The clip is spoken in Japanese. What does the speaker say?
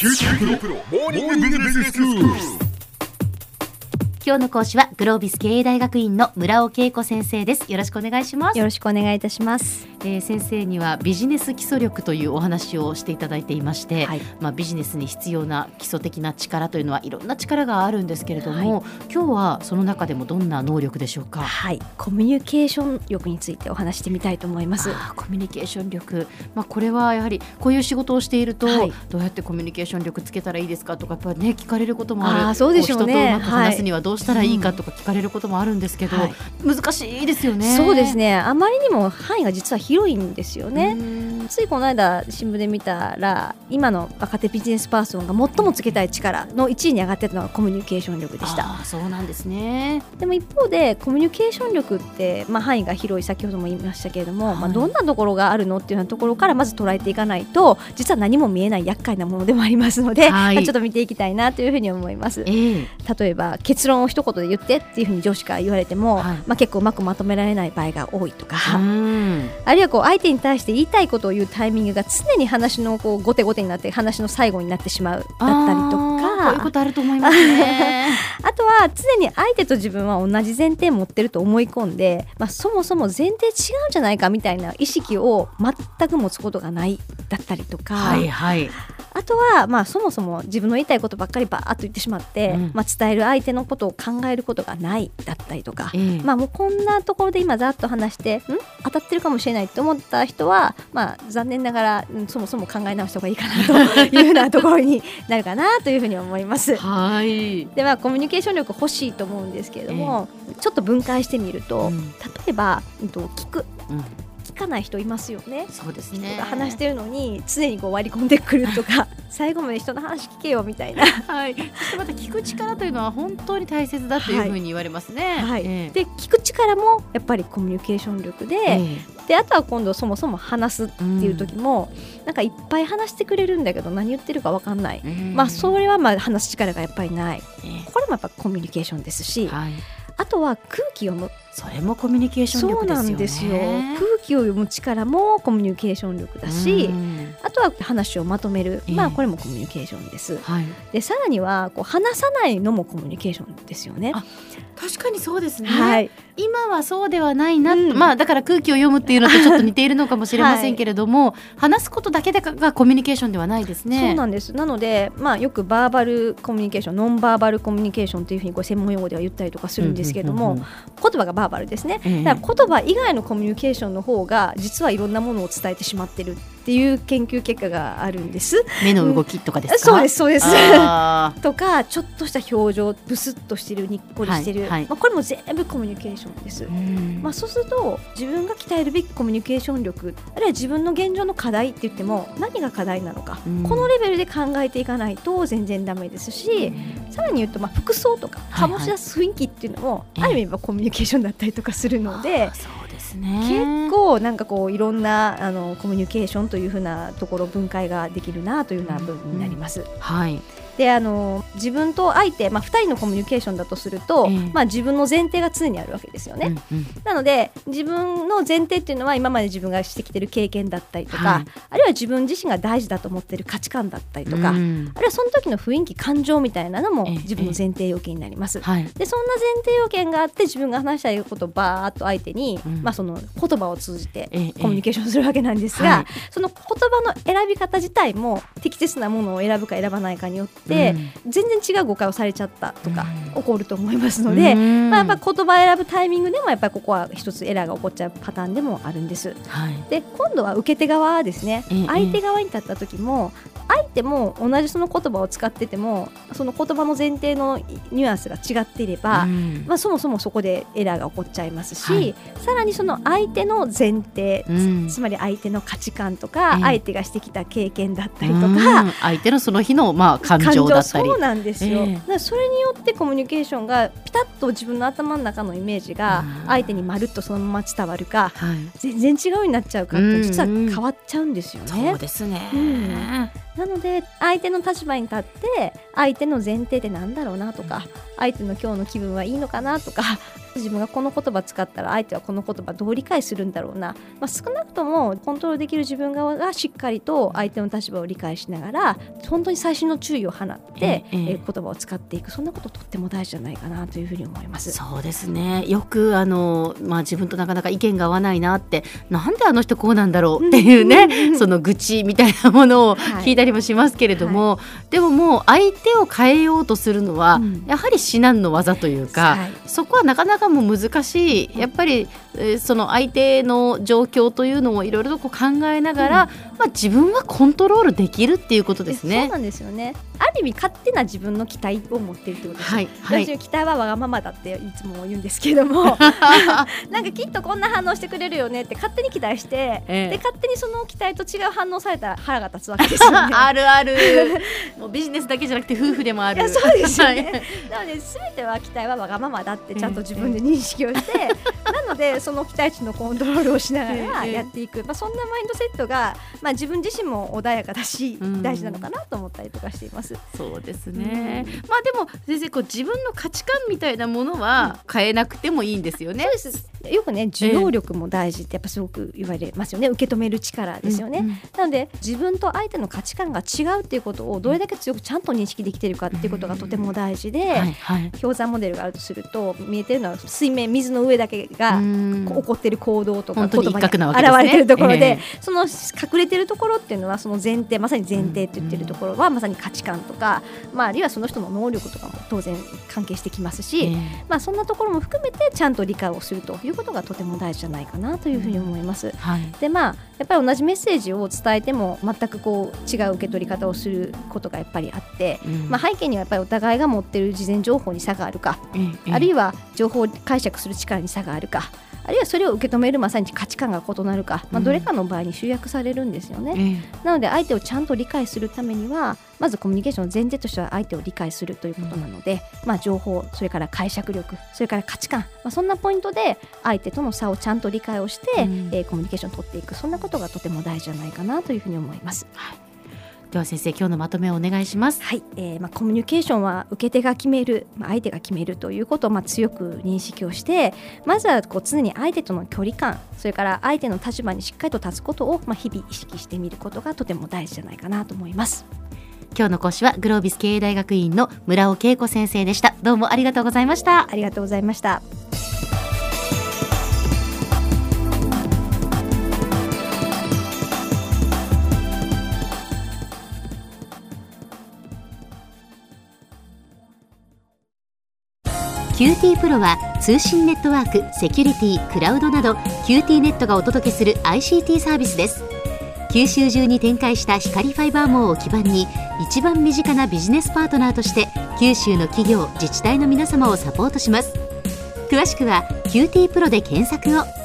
プロモーニングビジネススクール。 今日の講師はグロービス経営大学院の村尾恵子先生です。よろしくお願いします。 よろしくお願いいたします。 先生にはビジネス基礎力というお話をしていただいていまして、 はい、 ビジネスに必要な基礎的な力というのはいろんな力があるんですけれども、はい、今日はその中でもどんな能力でしょうか。 はい、コミュニケーション力についてお話してみたいと思います。 コミュニケーション力、これはやはりこういう仕事をしていると、はい、どうやってコミュニケーション力つけたらいいですかとかやっぱり、聞かれることもある。 そうでしょうね。 人とうまく話すにはどうしたらいいかとか聞かれることもあるんですけど、難しいですよね。 そうですね。あまりにも範囲が実は広いんですよね。ついこの間新聞で見たら、今の若手ビジネスパーソンが最もつけたい力の1位に上がってたのがコミュニケーション力でした。 そうなんですね。 でも一方でコミュニケーション力って、範囲が広い、先ほども言いましたけれども、どんなところがあるのっていうようなところからまず捉えていかないと、実は何も見えない厄介なものでもありますので、ちょっと見ていきたいなというふうに思います。例えば結論を一言で言ってっていうふうに上司から言われても、結構うまくまとめられない場合が多いとか、あるいは相手に対して言いたいことを言うタイミングが常に話の後手後手になって話の最後になってしまうだったりとか、 こういうことあると思いますね。 あとは常に相手と自分は同じ前提を持ってると思い込んで、そもそも前提違うんじゃないかみたいな意識を全く持つことがないだったりとか、あとは、そもそも自分の言いたいことばっかりバーッと言ってしまって、伝える相手のことを考えることがないだったりとか、もうこんなところで今ざっと話して当たってるかもしれないと思った人は、残念ながらそもそも考え直した方がいいかなというようなところになるかなというふうに思います。で、コミュニケーション力欲しいと思うんですけれども、ちょっと分解してみると、例えば聞く、聞かない人いますよね。 そうですね。 人が話してるのに常に割り込んでくるとか最後まで人の話聞けよみたいな、そしてまた聞く力というのは本当に大切だというふうに言われますね。 で、聞く力もやっぱりコミュニケーション力で、であとは今度そもそも話すっていう時も、なんかいっぱい話してくれるんだけど何言ってるか分かんない、それは話す力がやっぱりない、これもやっぱコミュニケーションですし、あとは空気を読む、 それもコミュニケーション力ですよね。そうなんですよ。 空気を読む力もコミュニケーション力だし、あとは話をまとめる、これもコミュニケーションです。でさらには話さないのもコミュニケーションですよね。 確かにそうですね。今はそうではないな、だから空気を読むっていうのとちょっと似ているのかもしれませんけれども、話すことだけがコミュニケーションではないですね。 そうなんです。なので、よくバーバルコミュニケーション、ノンバーバルコミュニケーションというふうに専門用語では言ったりとかするんですけれども、言葉がバーバルですね。だから言葉以外のコミュニケーションの方が実はいろんなものを伝えてしまってるっていう研究結果があるんです。 目の動きとかですか？ そうですそうですとか、ちょっとした表情、ブスッとしてる、にっこりしてる、これも全部コミュニケーションです。そうすると自分が鍛えるべきコミュニケーション力、あるいは自分の現状の課題って言っても何が課題なのか、このレベルで考えていかないと全然ダメですし、さらに言うと服装とか醸し出す雰囲気っていうのも、ある意味コミュニケーションだったりとかするので、結構いろんなコミュニケーションというふうなところ分解ができるなというような部分になります。で自分と相手、2人のコミュニケーションだとすると、自分の前提が常にあるわけですよね。なので自分の前提っていうのは今まで自分がしてきてる経験だったりとか、あるいは自分自身が大事だと思ってる価値観だったりとか、あるいはその時の雰囲気、感情みたいなのも自分の前提要件になります。でそんな前提要件があって、自分が話したいことをバーッと相手に、その言葉を通じてコミュニケーションするわけなんですが、その言葉の選び方自体も適切なものを選ぶか選ばないかによって全然違う誤解をされちゃったとか起こると思いますので、やっぱ言葉を選ぶタイミングでもやっぱりここは一つエラーが起こっちゃうパターンでもあるんです。で今度は受け手側ですね。相手側に立った時も、相手も同じその言葉を使ってても、その言葉の前提のニュアンスが違っていれば、そもそもそこでエラーが起こっちゃいますし、さらにその相手の前提、つまり相手の価値観とか、相手がしてきた経験だったりとか、 相手のその日の感情だったり、 そうなんですよ。だからそれによってコミュニケーションがピタッと自分の頭の中のイメージが相手にまるっとそのまま伝わるか、全然違うようになっちゃうかって実は変わっちゃうんですよね。 そうですね。 なので相手の立場に立って相手の前提ってなんだろうなとか、相手の今日の気分はいいのかなとか、 自分がこの言葉使ったら相手はこの言葉どう理解するんだろうな、少なくともコントロールできる自分側がしっかりと相手の立場を理解しながら本当に細心の注意を放って、言葉を使っていく、そんなこととっても大事じゃないかなというふうに思います。 そうですね。よく自分となかなか意見が合わないなって、なんであの人こうなんだろうっていうね、その愚痴みたいなものを聞いたりもしますけれども、でももう相手を変えようとするのは、やはり至難の業というか、そこはなかなかもう難しい。やっぱりその相手の状況というのをいろいろとこう考えながら、自分はコントロールできるっていうことですね。 そうなんですよね。ある意味勝手な自分の期待を持っているってことです、私の期待はわがままだっていつも言うんですけどもなんかきっとこんな反応してくれるよねって勝手に期待して、で勝手にその期待と違う反応されたら腹が立つわけですよねあるあるもうビジネスだけじゃなくて夫婦でもある。 そうですよねなので全ては期待はわがままだってちゃんと自分で認識をして、なのでその期待値のコントロールをしながらやっていく、そんなマインドセットが、自分自身も穏やかだし、大事なのかなと思ったりとかしています。 そうですね、でも先生自分の価値観みたいなものは変えなくてもいいんですよね。 そうです。よくね、受容力も大事ってやっぱすごく言われますよね。受け止める力ですよね、なので自分と相手の価値観が違うっていうことをどれだけ強くちゃんと認識できているかっていうことがとても大事で、氷山モデルがあるとすると見えてるのは水面の上だけが起こっている行動とか言葉に現れているところで、その隠れているところっていうのはその前提、まさに前提って言ってるところはまさに価値観とか、あるいはその人の能力とかも当然関係してきますし、そんなところも含めてちゃんと理解をするということがとても大事じゃないかなというふうに思います、でやっぱり同じメッセージを伝えても全く違う受け取り方をすることがやっぱりあって、背景にはやっぱりお互いが持っている事前情報に差があるか、あるいは情報を解釈する力に差があるか、あるいはそれを受け止めるまさに価値観が異なるか、どれかの場合に集約されるんですよね、なので相手をちゃんと理解するためにはまずコミュニケーションの前提としては相手を理解するということなので、情報、それから解釈力、それから価値観、そんなポイントで相手との差をちゃんと理解をして、コミュニケーションを取っていく、そんなことがとても大事じゃないかなというふうに思います。 では先生、今日のまとめをお願いします。 コミュニケーションは受け手が決める、相手が決めるということを強く認識をして、まずは常に相手との距離感、それから相手の立場にしっかりと立つことを日々意識してみることがとても大事じゃないかなと思います。 今日の講師はグロービス経営大学院の村尾恵子先生でした。どうもありがとうございました。 ありがとうございました。 QT プロは通信ネットワーク、セキュリティ、クラウドなど QT ネットがお届けする ICT サービスです。九州中に展開した光ファイバー網を基盤に一番身近なビジネスパートナーとして九州の企業、自治体の皆様をサポートします。詳しくは QT プロで検索を。